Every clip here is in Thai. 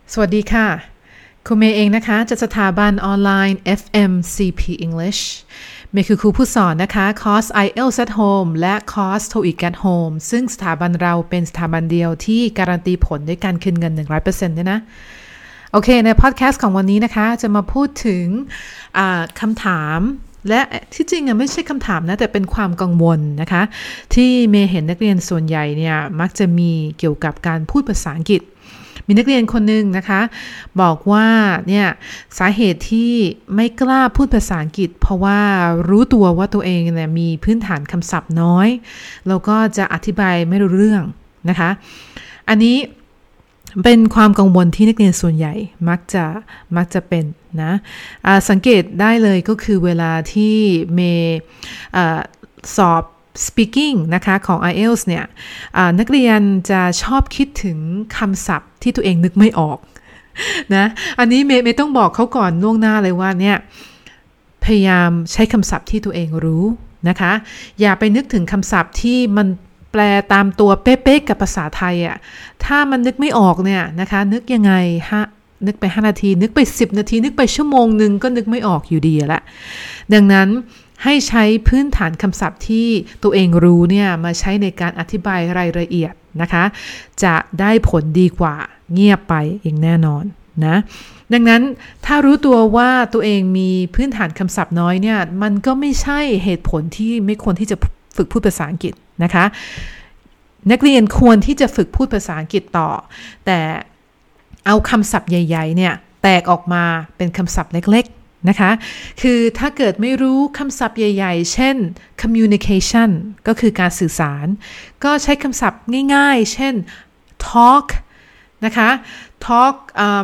สวัสดีค่ะคุณเมย์เองนะคะจากสถาบันออนไลน์ FMCP English เมย์คือครูผู้สอนนะคะคอร์ส IELTS at Home และคอร์ส TOEIC at Home ซึ่งสถาบันเราเป็นสถาบันเดียวที่การันตีผลด้วยการคืนเงิน 100% ด้วยนะโอเคในพอดแคสต์ของวันนี้นะคะจะมาพูดถึงคำถามและที่จริงไม่ใช่คำถามนะแต่เป็นความกังวลนะคะที่เมย์เห็นนักเรียนส่วนใหญ่เนี่ยมักจะมีเกี่ยวกับการพูดภาษาอังกฤษมีนักเรียนคนหนึ่งนะคะบอกว่าเนี่ยสาเหตุที่ไม่กล้าพูดภาษาอังกฤษเพราะว่ารู้ตัวว่าตัวเองเนี่ยมีพื้นฐานคำศัพท์น้อยแล้วก็จะอธิบายไม่รู้เรื่องนะคะอันนี้เป็นความกังวลที่นักเรียนส่วนใหญ่มักจะเป็นนะสังเกตได้เลยก็คือเวลาที่เมย์สอบ speaking นะคะของ IELTS เนี่ยนักเรียนจะชอบคิดถึงคำศัพท์ที่ตัวเองนึกไม่ออกนะอันนี้เมย์ต้องบอกเขาก่อนล่วงหน้าเลยว่าเนี่ยพยายามใช้คำศัพท์ที่ตัวเองรู้นะคะอย่าไปนึกถึงคำศัพท์ที่มันแปลตามตัวเป๊ะๆกับภาษาไทยอ่ะถ้ามันนึกไม่ออกเนี่ยนะคะนึกยังไงนึกไป5นาทีนึกไป10นาทีนึกไปชั่วโมงนึงก็นึกไม่ออกอยู่ดีละดังนั้นให้ใช้พื้นฐานคำศัพท์ที่ตัวเองรู้เนี่ยมาใช้ในการอธิบายรายละเอียดนะคะจะได้ผลดีกว่าเงียบไปอย่างแน่นอนนะดังนั้นถ้ารู้ตัวว่าตัวเองมีพื้นฐานคำศัพท์น้อยเนี่ยมันก็ไม่ใช่เหตุผลที่ไม่ควรที่จะฝึกพูดภาษาอังกฤษนะคะนักเรียนควรที่จะฝึกพูดภาษาอังกฤษต่อแต่เอาคำศัพท์ใหญ่ๆเนี่ยแตกออกมาเป็นคำศัพท์เล็กๆนะคะคือถ้าเกิดไม่รู้คำศัพท์ใหญ่ๆเช่น communication ก็คือการสื่อสารก็ใช้คำศัพท์ง่ายๆเช่น talk นะคะ talk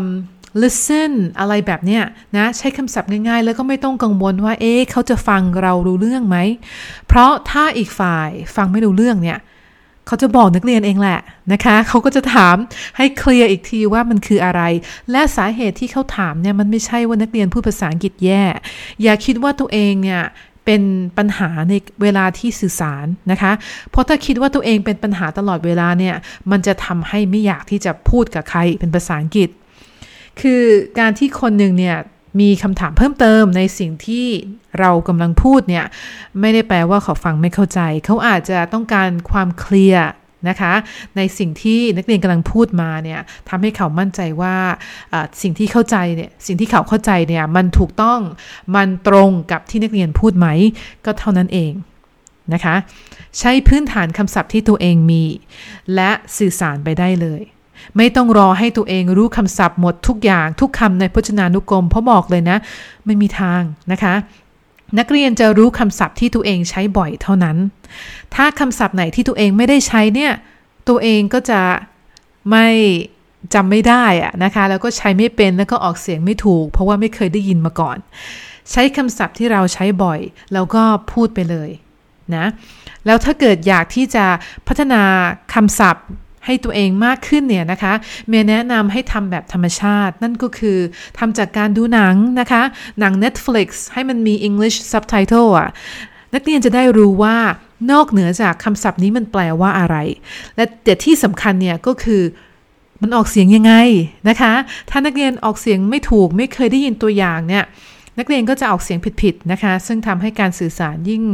listen อะไรแบบเนี้ยนะใช้คำศัพท์ง่ายๆแล้วก็ไม่ต้องกังวลว่าเขาจะฟังเรารู้เรื่องไหมเพราะถ้าอีกฝ่ายฟังไม่รู้เรื่องเนี่ยเขาจะบอกนักเรียนเองแหละนะคะเขาก็จะถามให้เคลียร์อีกทีว่ามันคืออะไรและสาเหตุที่เขาถามเนี่ยมันไม่ใช่ว่านักเรียนพูดภาษาอังกฤษแย่อย่าคิดว่าตัวเองเนี่ยเป็นปัญหาในเวลาที่สื่อสารนะคะเพราะถ้าคิดว่าตัวเองเป็นปัญหาตลอดเวลาเนี่ยมันจะทำให้ไม่อยากที่จะพูดกับใครเป็นภาษาอังกฤษคือการที่คนหนึ่งเนี่ยมีคำถามเพิ่มเติมในสิ่งที่เรากำลังพูดเนี่ยไม่ได้แปลว่าเขาฟังไม่เข้าใจเขาอาจจะต้องการความเคลียร์นะคะในสิ่งที่นักเรียนกำลังพูดมาเนี่ยทำให้เขามั่นใจว่าสิ่งที่เข้าใจเนี่ยสิ่งที่เขาเข้าใจเนี่ยมันถูกต้องมันตรงกับที่นักเรียนพูดไหมก็เท่านั้นเองนะคะใช้พื้นฐานคำศัพท์ที่ตัวเองมีและสื่อสารไปได้เลยไม่ต้องรอให้ตัวเองรู้คำศัพท์หมดทุกอย่างทุกคำในพจนานุกรมเพราะบอกเลยนะไม่มีทางนะคะนักเรียนจะรู้คำศัพท์ที่ตัวเองใช้บ่อยเท่านั้นถ้าคำศัพท์ไหนที่ตัวเองไม่ได้ใช้เนี่ยตัวเองก็จะไม่จำไม่ได้นะคะแล้วก็ใช้ไม่เป็นแล้วก็ออกเสียงไม่ถูกเพราะว่าไม่เคยได้ยินมาก่อนใช้คำศัพท์ที่เราใช้บ่อยแล้วก็พูดไปเลยนะแล้วถ้าเกิดอยากที่จะพัฒนาคำศัพท์ให้ตัวเองมากขึ้นเนี่ยนะคะเมย์แนะนำให้ทำแบบธรรมชาตินั่นก็คือทำจากการดูหนังนะคะหนัง Netflix ให้มันมี English subtitle นักเรียนจะได้รู้ว่านอกเหนือจากคำศัพท์นี้มันแปลว่าอะไรและแต่ที่สำคัญเนี่ยก็คือมันออกเสียงยังไงนะคะถ้านักเรียนออกเสียงไม่ถูกไม่เคยได้ยินตัวอย่างเนี่ยนักเรียนก็จะออกเสียงผิดๆนะคะซึ่งทำให้การสื่อสาร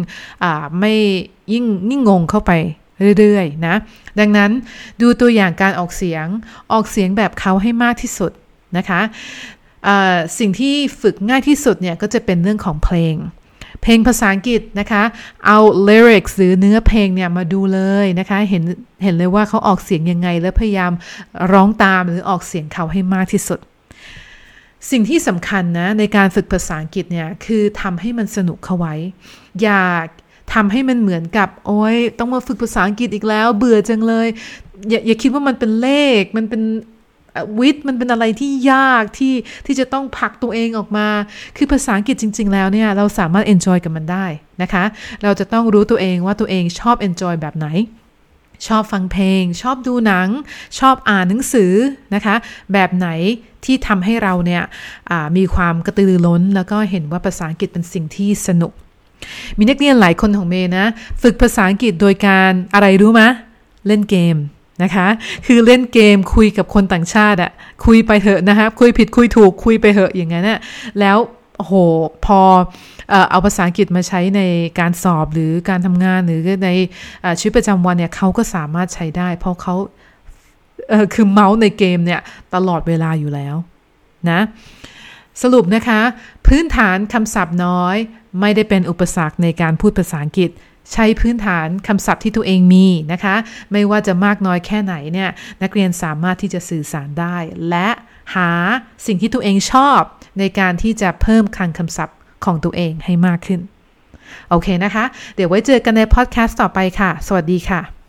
ยิ่งงงเข้าไปเรื่อยๆนะดังนั้นดูตัวอย่างการออกเสียงแบบเขาให้มากที่สุดนะคะสิ่งที่ฝึกง่ายที่สุดเนี่ยก็จะเป็นเรื่องของเพลงภาษาอังกฤษนะคะเอา lyrics หรือเนื้อเพลงเนี่ยมาดูเลยนะคะเห็นเลยว่าเขาออกเสียงยังไงแล้วพยายามร้องตามหรือออกเสียงเขาให้มากที่สุดสิ่งที่สำคัญนะในการฝึกภาษาอังกฤษเนี่ยคือทำให้มันสนุกเข้าไว้อย่าทำให้มันเหมือนกับโอ๊ยต้องมาฝึกภาษาอังกฤษอีกแล้วเบื่อจังเลยอย่าคิดว่ามันเป็นเลขมันเป็นวิทย์มันเป็นอะไรที่ยากที่จะต้องผลักตัวเองออกมาคือภาษาอังกฤษจริงๆแล้วเนี่ยเราสามารถ enjoy กับมันได้นะคะเราจะต้องรู้ตัวเองว่าตัวเองชอบ enjoy แบบไหนชอบฟังเพลงชอบดูหนังชอบอ่านหนังสือนะคะแบบไหนที่ทำให้เราเนี่ยมีความกระตือรือร้นแล้วก็เห็นว่าภาษาอังกฤษเป็นสิ่งที่สนุกมีนักเรียนหลายคนของเมย์นะฝึกภาษาอังกฤษโดยการอะไรรู้ไหมเล่นเกมนะคะคือเล่นเกมคุยกับคนต่างชาติอะคุยไปเถอะนะคะคุยผิดคุยถูกคุยไปเถอะอย่างนั้นน่ะแล้วโอ้โหพอเอาภาษาอังกฤษมาใช้ในการสอบหรือการทำงานหรือในชีวิตประจำวันเนี่ยเขาก็สามารถใช้ได้เพราะเขาคือเมาส์ในเกมเนี่ยตลอดเวลาอยู่แล้วนะสรุปนะคะพื้นฐานคำศัพท์น้อยไม่ได้เป็นอุปสรรคในการพูดภาษาอังกฤษใช้พื้นฐานคำศัพท์ที่ตัวเองมีนะคะไม่ว่าจะมากน้อยแค่ไหนเนี่ยนักเรียนสามารถที่จะสื่อสารได้และหาสิ่งที่ตัวเองชอบในการที่จะเพิ่มคลังคำศัพท์ของตัวเองให้มากขึ้นโอเคนะคะเดี๋ยวไว้เจอกันในพอดแคสต์ต่อไปค่ะสวัสดีค่ะ